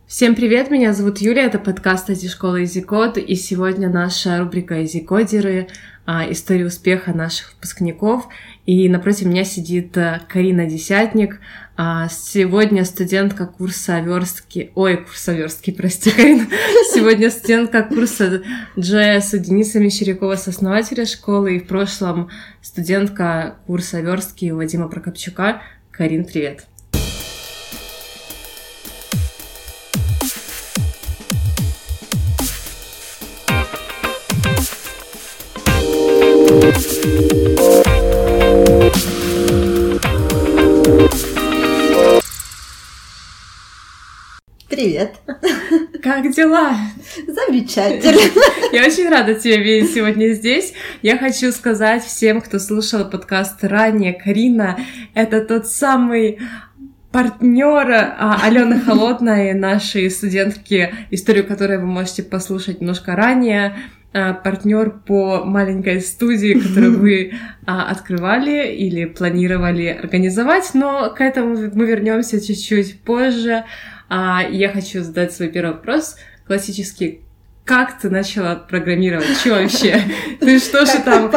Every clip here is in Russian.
Всем привет, меня зовут Юлия, это подкаст IT-школы EasyCode, и сегодня наша рубрика EasyCodеры, история успеха наших выпускников, и напротив меня сидит Карина Десятник, сегодня студентка курса верстки, Карина, сегодня студентка курса JS у Дениса Мещерякова, сооснователя школы, и в прошлом студентка курса верстки у Вадима Прокопчука. Карин, привет! Привет! Как дела? Замечательно! Я очень рада тебя видеть сегодня здесь. Я хочу сказать всем, кто слушал подкаст ранее, Карина — это тот самый партнер Алены Холодной, нашей студентки, историю которой вы можете послушать немножко ранее, партнер по маленькой студии, которую вы открывали или планировали организовать, но к этому мы вернемся чуть-чуть позже. Я хочу задать свой первый вопрос, классический. Как ты начала программировать? Что вообще? Ты что же там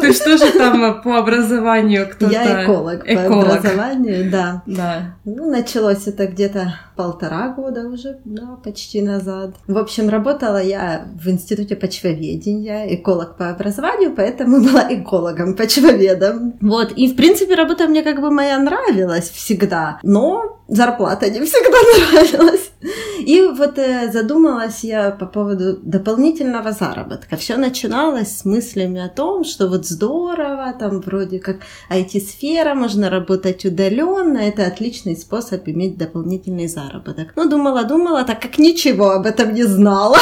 по образованию? Я эколог по образованию, да. Да. Началось это где-то 1,5 года уже, да, почти назад. В общем, работала я в институте почвоведения, эколог по образованию, поэтому была экологом-почвоведом. Вот, и в принципе работа мне как бы моя нравилась всегда, но зарплата не всегда нравилась. И вот задумалась я по поводу дополнительного заработка. Все начиналось с мыслями о том, что вот здорово, там вроде как IT-сфера, можно работать удаленно, это отличный способ иметь дополнительный заработок. Но думала, так как ничего об этом не знала,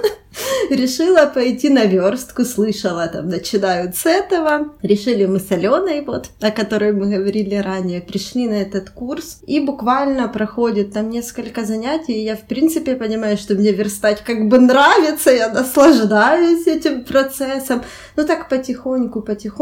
решила пойти на верстку, слышала, там начинают с этого. Решили мы с Аленой, вот, о которой мы говорили ранее, пришли на этот курс, и буквально проходит там несколько занятий, и я в принципе понимаю, что мне верстать как бы нравится, я наслаждаюсь этим процессом. Ну так потихоньку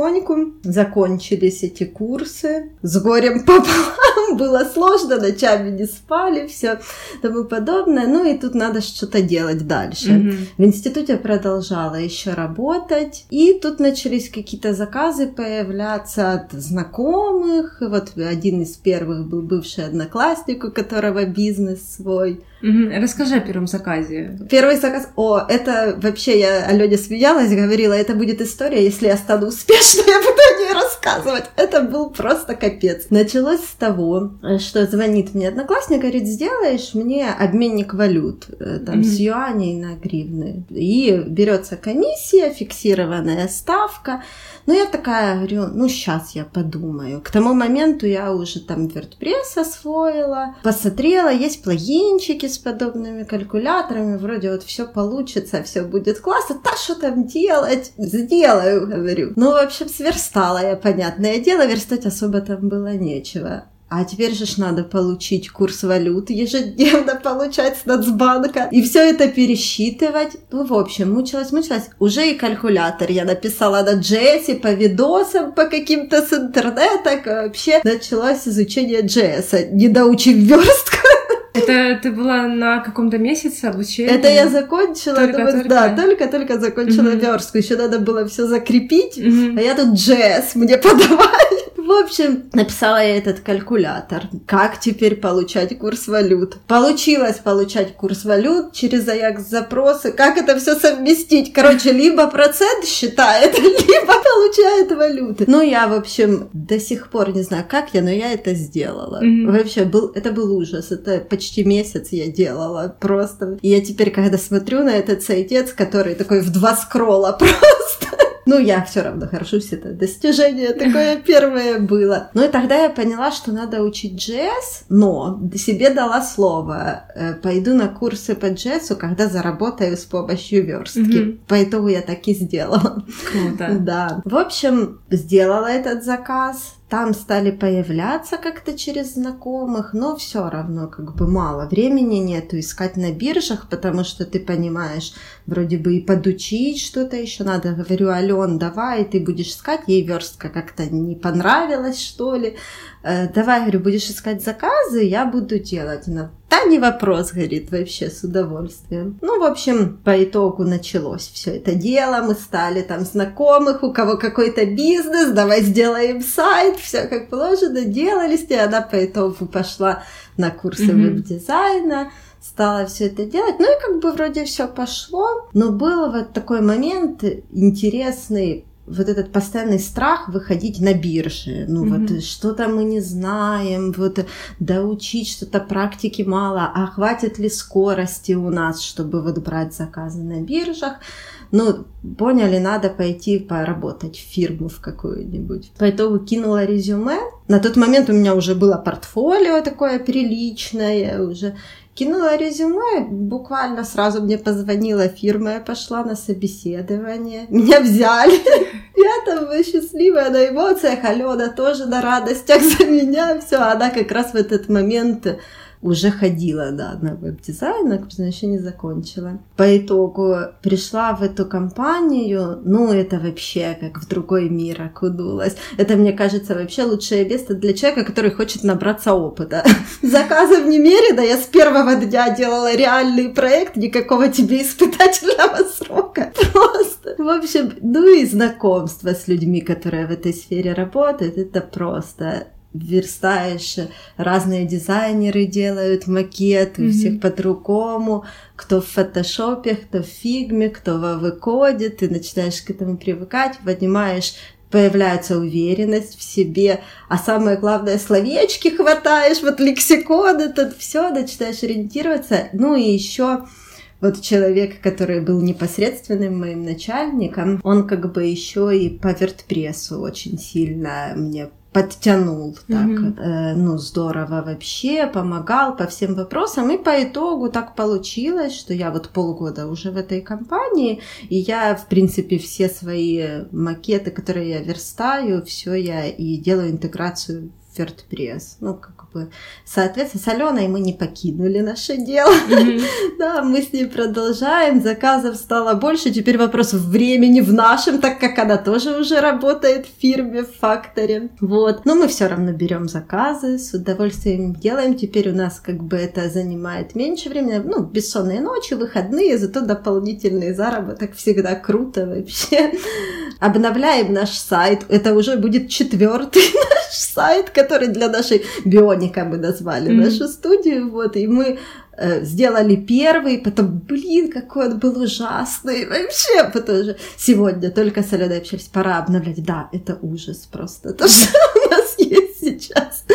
закончились эти курсы, с горем пополам, было сложно, ночами не спали, все тому подобное, ну и тут надо что-то делать дальше. В институте продолжала еще работать, и тут начались какие-то заказы появляться от знакомых. Вот один из первых был бывший одноклассник, у которого бизнес свой. Расскажи о первом заказе. Первый заказ... это вообще я Алене смеялась, говорила, это будет история, если я стану успешной, я буду о ней рассказывать. Это был просто капец. Началось с того, что звонит мне одноклассник, говорит, сделаешь мне обменник валют, там, с юаней на гривны. И берется комиссия, фиксированная ставка. Но я такая говорю, сейчас я подумаю. К тому моменту я уже там WordPress освоила, посмотрела, есть плагинчики с подобными калькуляторами, вроде вот все получится, все будет классно. Да что там делать? Сделаю, говорю. В общем, сверстала я, понятное дело, верстать особо там было нечего. А теперь же надо получить курс валют, ежедневно получать с Нацбанка, и все это пересчитывать. В общем, мучилась. Уже и калькулятор я написала на JS, по видосам, по каким-то с интернета. Вообще началось изучение JS, не доучив верстку. Это ты была на каком-то месяце обучения? Это я закончила, только закончила верстку. Еще надо было все закрепить, а я тут JS мне подавали. В общем, написала я этот калькулятор. Как теперь получать курс валют? Получилось получать курс валют через Аякс-запросы. Как это все совместить? Короче, либо процент считает, либо получает валюты. Я, в общем, до сих пор не знаю, как но я это сделала. Вообще, это был ужас. Это почти месяц я делала просто. И я теперь, когда смотрю на этот сайтец, который такой в 2 скролла просто... я все равно горжусь, это достижение такое первое было. И тогда я поняла, что надо учить JS, но себе дала слово, пойду на курсы по JS, когда заработаю с помощью верстки. По итогу я так и сделала. Круто. Да. В общем, сделала этот заказ. Там стали появляться как-то через знакомых, но все равно как бы мало времени нету искать на биржах, потому что ты понимаешь, вроде бы и подучить что-то еще надо. Говорю, Ален, давай, ты будешь искать, ей верстка как-то не понравилась, что ли. Давай, говорю, будешь искать заказы, я буду делать. Она, Да, не вопрос, говорит, вообще с удовольствием. Ну, в общем, по итогу началось все это дело, мы стали там знакомых, у кого какой-то бизнес, давай сделаем сайт, все как положено, делались, и она по итогу пошла на курсы веб-дизайна, стала все это делать, ну и как бы вроде все пошло, но был вот такой момент интересный, вот этот постоянный страх выходить на биржи. Ну вот что-то мы не знаем, вот доучить что-то, практики мало, а хватит ли скорости у нас, чтобы вот брать заказы на биржах. Ну, поняли, надо пойти поработать в фирму в какую-нибудь. По итогу кинула резюме. На тот момент у меня уже было портфолио такое приличное, уже кинула резюме, буквально сразу мне позвонила фирма, я пошла на собеседование, меня взяли. Я там была счастливая на эмоциях, Алена тоже на радостях за меня, все, она как раз в этот момент уже ходила, да, на веб-дизайн, но еще не закончила. По итогу пришла в эту компанию, ну, это вообще как в другой мир окунулась. Это, мне кажется, вообще лучшее место для человека, который хочет набраться опыта. Заказов немерено, я с первого дня делала реальный проект, никакого тебе испытательного срока. Просто. В общем, ну и знакомство с людьми, которые в этой сфере работают, это просто... верстаешь, разные дизайнеры делают макеты, у всех по-другому, кто в фотошопе, кто в фигме, кто в Авикоде, ты начинаешь к этому привыкать, появляется уверенность в себе, а самое главное, словечки хватаешь, вот лексикон, это все, начинаешь ориентироваться, ну и еще... Вот человек, который был непосредственным моим начальником, он как бы еще и по вертпрессу очень сильно мне подтянул так, ну, здорово вообще, помогал по всем вопросам, и по итогу так получилось, что я вот полгода уже в этой компании, и я, в принципе, все свои макеты, которые я верстаю, все я и делаю интеграцию в WordPress, ну, как бы, соответственно, с Аленой мы не покинули наше дело, да, мы с ней продолжаем, заказов стало больше, теперь вопрос времени в нашем, так как она тоже уже работает в фирме, в факторе, вот, но мы все равно берем заказы, с удовольствием делаем, теперь у нас как бы это занимает меньше времени, ну, бессонные ночи, выходные, зато дополнительный заработок, всегда круто вообще. Обновляем наш сайт, это уже будет 4-й наш сайт, который для нашей Бионика мы назвали нашу студию, вот, и мы сделали первый, потом, блин, какой он был ужасный, вообще, потом же сегодня только с Аленой общались, пора обновлять, да, это ужас просто, то, что у нас есть сейчас.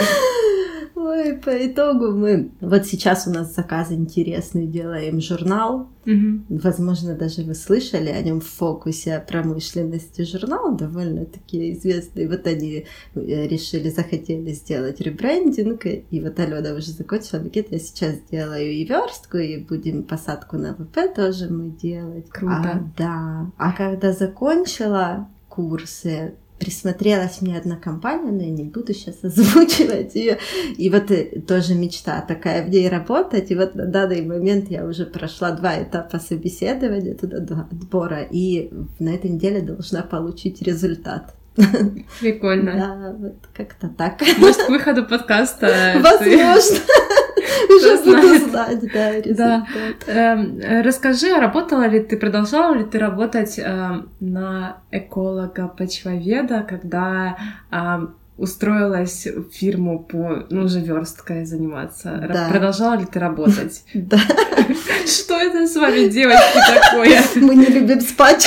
Ой, по итогу мы... Вот сейчас у нас заказ интересный, делаем журнал. Возможно, даже вы слышали о нем в фокусе промышленности. Журнал довольно-таки известный. Вот они решили, захотели сделать ребрендинг. И вот Алена уже закончила макет. Я сейчас делаю и верстку, и будем посадку на ВП тоже мы делать. Круто. Да. А когда закончила курсы, присмотрелась мне одна компания, но я не буду сейчас озвучивать ее. И вот тоже мечта такая в ней работать. И вот на данный момент я уже прошла 2 этапа собеседования, туда 2 отбора, и на этой неделе должна получить результат. Прикольно. Да, вот как-то так. Может, к выходу подкаста... Возможно. Уже буду знать, да, результат. Расскажи, продолжала ли ты работать на эколога-почвоведа, да, когда устроилась в фирму по, уже версткой заниматься? Да. Продолжала ли ты работать? Да. Что это с вами, девочки, такое? Мы не любим спать.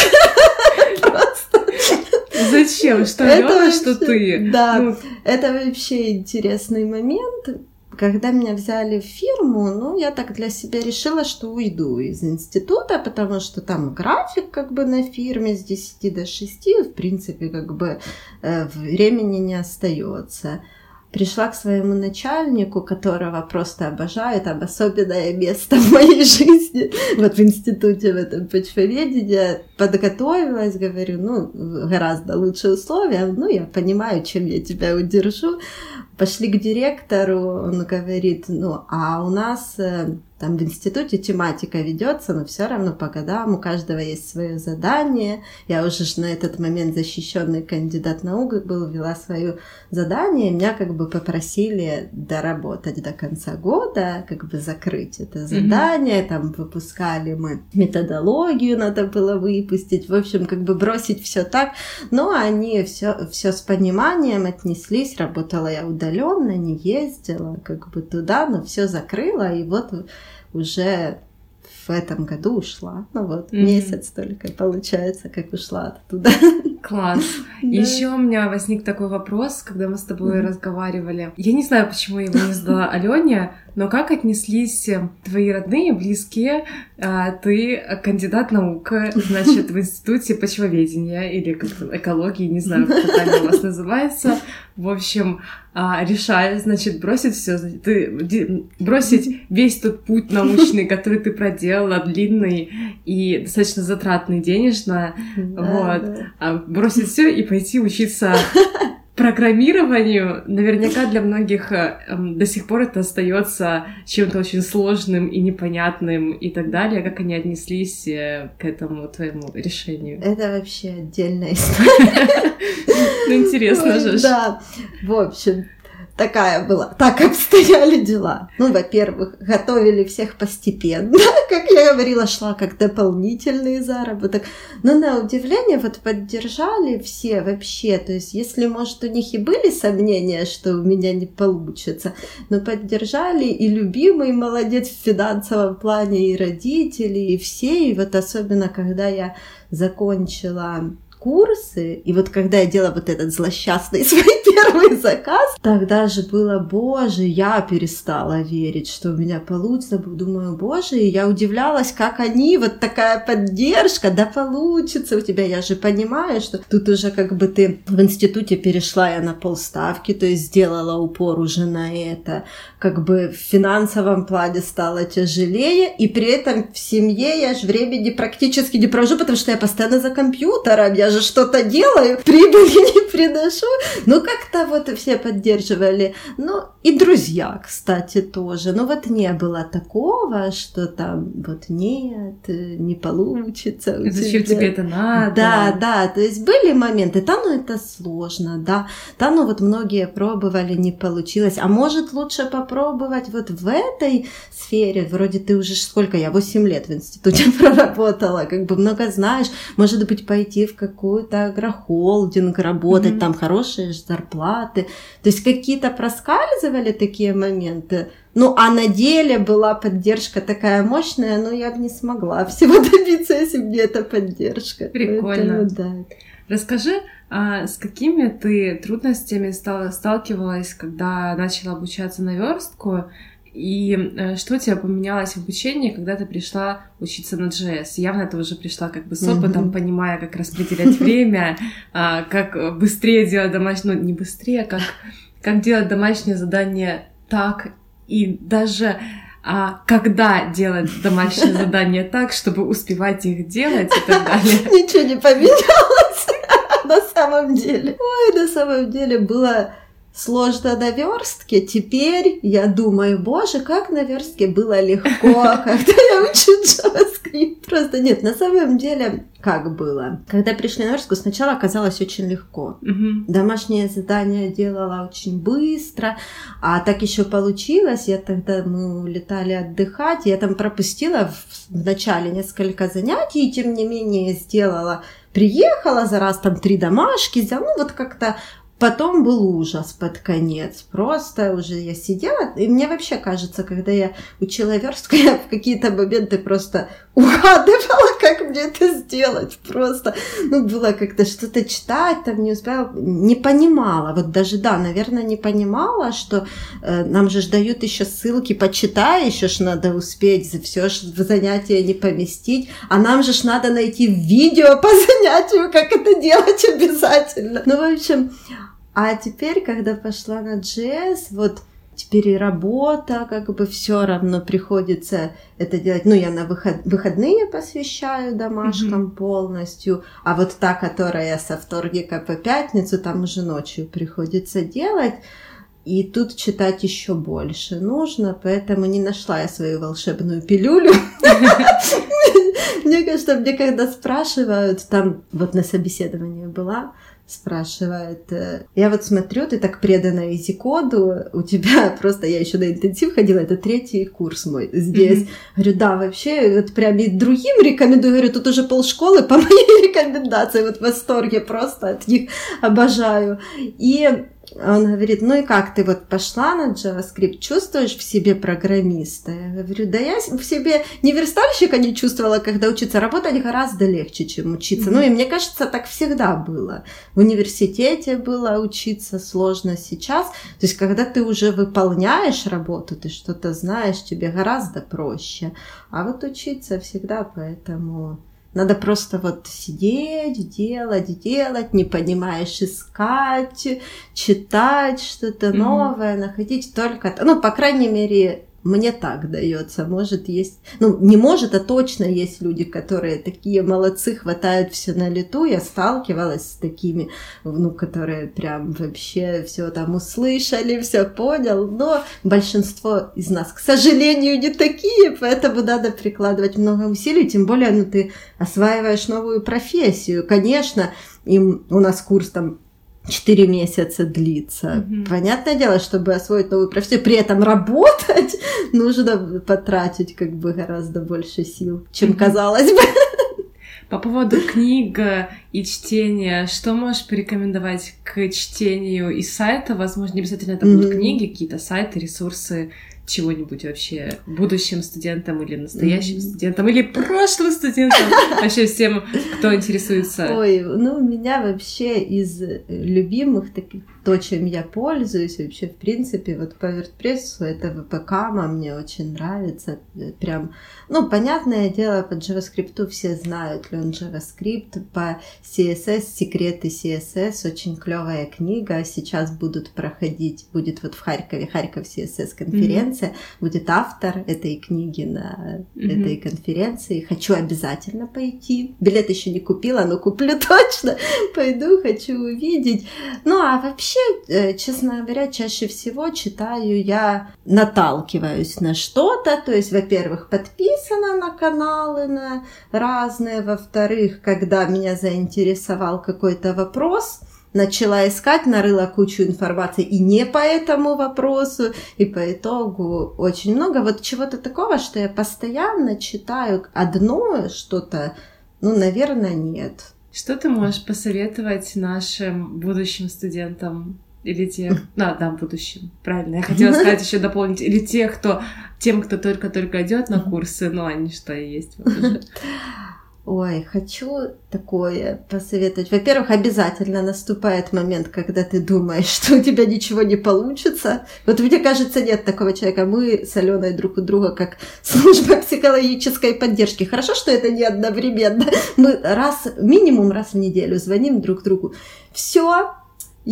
Просто. Зачем? Что Алена, что ты? Да, это вообще интересный момент. Когда меня взяли в фирму, я так для себя решила, что уйду из института, потому что там график как бы на фирме с 10 до 6, в принципе, как бы времени не остается. Пришла к своему начальнику, которого просто обожаю, там особенное место в моей жизни, вот в институте, в этом почвоведении, подготовилась, говорю, гораздо лучше условия, я понимаю, чем я тебя удержу. Пошли к директору, он говорит, а у нас там в институте тематика ведется, но все равно по годам у каждого есть свое задание. Я уже на этот момент защищенный кандидат наук был, вела свое задание, и меня как бы попросили доработать до конца года, как бы закрыть это задание, там выпускали мы методологию, надо было выпустить, в общем, как бы бросить все так, но они все с пониманием отнеслись, работала я удаленно, не ездила как бы туда, но все закрыла, и вот уже в этом году ушла. Ну вот, месяц только получается, как ушла оттуда. Класс. Да. Еще у меня возник такой вопрос, когда мы с тобой разговаривали. Я не знаю, почему я его не задала Алене, но как отнеслись твои родные, близкие? Ты кандидат наук, значит, в институте почвоведения или как-то экологии, не знаю, как это у вас называется. В общем, решаешь, значит, бросить все, бросить весь тот путь научный, который ты проделала, длинный и достаточно затратный денежно, вот, бросить все и пойти учиться программированию. Наверняка для многих до сих пор это остается чем-то очень сложным и непонятным и так далее. Как они отнеслись к этому твоему решению? Это вообще отдельная история. Ну, интересно же. Да, в общем, такая была. Так обстояли дела. Ну, во-первых, готовили всех постепенно, как я говорила, шла как дополнительный заработок. Но на удивление вот поддержали все вообще. То есть, если, может, у них и были сомнения, что у меня не получится, но поддержали и любимый молодец в финансовом плане, и родители, и все. И вот особенно, когда я закончила курсы, и вот когда я делала вот этот злосчастный свой первый заказ, тогда же было, боже, я перестала верить, что у меня получится, думаю, боже, и я удивлялась, как они, вот такая поддержка, да получится у тебя, я же понимаю, что тут уже как бы ты в институте перешла я на полставки, то есть сделала упор уже на это, как бы в финансовом плане стало тяжелее, и при этом в семье я же времени практически не провожу, потому что я постоянно за компьютером, я же что-то делаю, прибыли не приношу. Ну, как-то вот все поддерживали. Ну, и друзья, кстати, тоже. Но вот не было такого, что там вот нет, не получится. Зачем тебе это надо? Да, то есть были моменты, да, ну это сложно, да, ну вот многие пробовали, не получилось. А может лучше попробовать вот в этой сфере, вроде ты уже сколько, я 8 лет в институте проработала, как бы много знаешь, может быть пойти в какой-то агрохолдинг работать, там хорошие зарплаты. То есть какие-то проскальзывали такие моменты. Ну, а на деле была поддержка такая мощная, но я бы не смогла всего добиться, если бы не эта поддержка. Прикольно. Поэтому, да. Расскажи, с какими ты трудностями сталкивалась, когда начала обучаться на верстку? И что у тебя поменялось в обучении, когда ты пришла учиться на JS? Явно ты уже пришла как бы с опытом, понимая, как распределять время, как быстрее делать домашнее... Ну, не быстрее, как делать домашнее задание так, и даже когда делать домашнее задание так, чтобы успевать их делать и так далее. Ничего не поменялось на самом деле. Ой, на самом деле было... сложно на верстке, теперь я думаю, боже, как на верстке было легко, когда я учу JavaScript. Просто нет, на самом деле, как было? Когда пришли на верстку, сначала оказалось очень легко. Домашнее задание делала очень быстро, а так еще получилось, мы улетали отдыхать, я там пропустила в начале несколько занятий, и тем не менее приехала за раз, там 3 домашки сделала, ну вот как-то. Потом был ужас под конец. Просто уже я сидела, и мне вообще кажется, когда я учила верстку, я в какие-то моменты просто угадывала, как мне это сделать. Просто, было как-то что-то читать, там не успела, не понимала. Вот даже, наверное, не понимала, что нам же дают еще ссылки, почитай, еще ж надо успеть, все ж в занятие не поместить, а нам же надо найти видео по занятию, как это делать обязательно. В общем... А теперь, когда пошла на JS, вот теперь и работа, как бы все равно приходится это делать. Я на выходные посвящаю домашкам полностью, а вот та, которая со вторника по пятницу, там уже ночью приходится делать. И тут читать еще больше нужно, поэтому не нашла я свою волшебную пилюлю. Мне кажется, мне когда спрашивают, там вот на собеседовании была, спрашивает, я вот смотрю, ты так предана EasyCode, у тебя просто, я еще на интенсив ходила, это 3-й курс мой здесь. Говорю, да, вообще, вот прям и другим рекомендую, говорю, тут уже полшколы по моей рекомендации, вот в восторге просто от них, обожаю. И он говорит, ну и как ты вот пошла на JavaScript, чувствуешь в себе программиста? Я говорю, да я в себе не верстальщика не чувствовала, когда учиться, работать гораздо легче, чем учиться. Ну и мне кажется, так всегда было. В университете было учиться сложно сейчас. То есть когда ты уже выполняешь работу, ты что-то знаешь, тебе гораздо проще. А вот учиться всегда, поэтому... Надо просто вот сидеть, делать, не понимаешь, искать, читать что-то новое, находить только... Ну, по крайней мере, мне так дается. Может, есть... Ну, не может, а точно есть люди, которые такие молодцы, хватают все на лету. Я сталкивалась с такими, ну, которые прям вообще все там услышали, все понял. Но большинство из нас, к сожалению, не такие, поэтому надо прикладывать много усилий. Тем более, ну, ты осваиваешь новую профессию. Конечно, у нас курс там 4 месяца длится. Понятное дело, чтобы освоить новую профессию, при этом работать, нужно потратить как бы гораздо больше сил, чем казалось бы. По поводу книг и чтения, что можешь порекомендовать к чтению из сайта? Возможно, не обязательно это будут книги, какие-то сайты, ресурсы, чего-нибудь вообще будущим студентам или настоящим студентам, или прошлым студентам, вообще всем, кто интересуется. Ой, ну, у меня вообще из любимых таких, то, чем я пользуюсь, вообще, в принципе, вот по WordPress, это VP-Comma, мне очень нравится, прям, ну, понятное дело, по JavaScript все знают ли он JavaScript, по CSS, секреты CSS, очень клевая книга, сейчас будут проходить, будет вот в Харькове, Харьков CSS конференция, будет автор этой книги на этой конференции, хочу обязательно пойти, билет еще не купила, но куплю точно, пойду, хочу увидеть, ну, а вообще, честно говоря, чаще всего читаю я, наталкиваюсь на что-то, то есть, во-первых, подписана на каналы на разные, во-вторых, когда меня заинтересовал какой-то вопрос, начала искать, нарыла кучу информации и не по этому вопросу, и по итогу очень много вот чего-то такого, что я постоянно читаю одно что-то, ну, наверное, нет. Что ты можешь посоветовать нашим будущим студентам или тем, будущим, правильно, я хотела сказать еще дополнить, или тем, кто только-только идет на курсы, но они что и есть вот уже. Ой, хочу такое посоветовать. Во-первых, обязательно наступает момент, когда ты думаешь, что у тебя ничего не получится. Вот мне кажется, нет такого человека. Мы с Аленой друг у друга как служба психологической поддержки. Хорошо, что это не одновременно. Мы минимум раз в неделю звоним друг другу. Все. У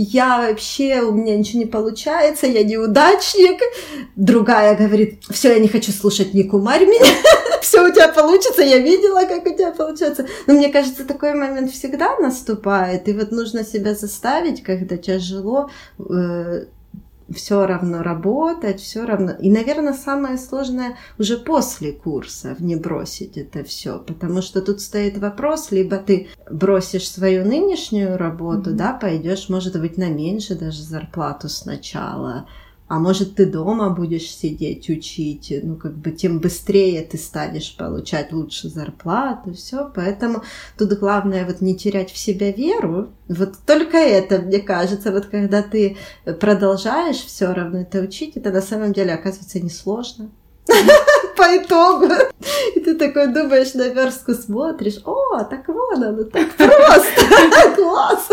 меня ничего не получается, я неудачник. Другая говорит, все, я не хочу слушать, не кумарь меня, все у тебя получится, я видела, как у тебя получается. Но мне кажется, такой момент всегда наступает, и вот нужно себя заставить, когда тяжело, все равно работать, все равно. И, наверное, самое сложное уже после курсов не бросить это все, потому что тут стоит вопрос, либо ты бросишь свою нынешнюю работу, да, пойдешь, может быть, на меньше даже зарплату сначала, а может, ты дома будешь сидеть, учить, ну, как бы, тем быстрее ты станешь получать лучше зарплату, все. Поэтому тут главное вот не терять в себя веру. Вот только это, мне кажется, вот когда ты продолжаешь все равно это учить, это на самом деле оказывается несложно. По итогу. И ты такой думаешь, на верстку смотришь, о, так вот оно, так просто, класс.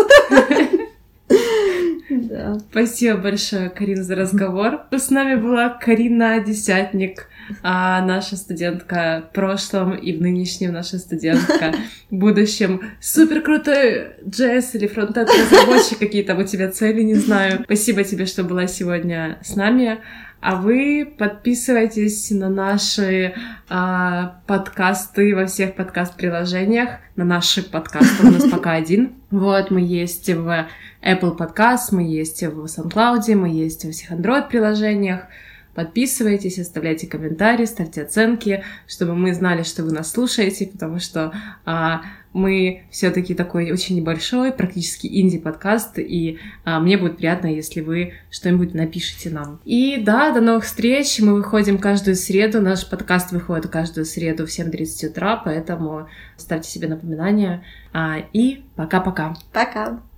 Да. Спасибо большое, Карина, за разговор. С нами была Карина Десятник, наша студентка в прошлом и в нынешнем наша студентка в будущем. Супер крутой JS или фронтенд разработчик, какие там у тебя цели, не знаю. Спасибо тебе, что была сегодня с нами. А вы подписывайтесь на наши подкасты во всех подкаст-приложениях. На наши подкасты у нас пока один. Вот, мы есть в Apple Podcast, мы есть в SoundCloud, мы есть во всех Android-приложениях. Подписывайтесь, оставляйте комментарии, ставьте оценки, чтобы мы знали, что вы нас слушаете, потому что мы все-таки такой очень небольшой, практически инди-подкаст, и мне будет приятно, если вы что-нибудь напишите нам. И да, до новых встреч! Мы выходим каждую среду, наш подкаст выходит каждую среду в 7:30 утра, поэтому ставьте себе напоминания. И пока-пока! Пока!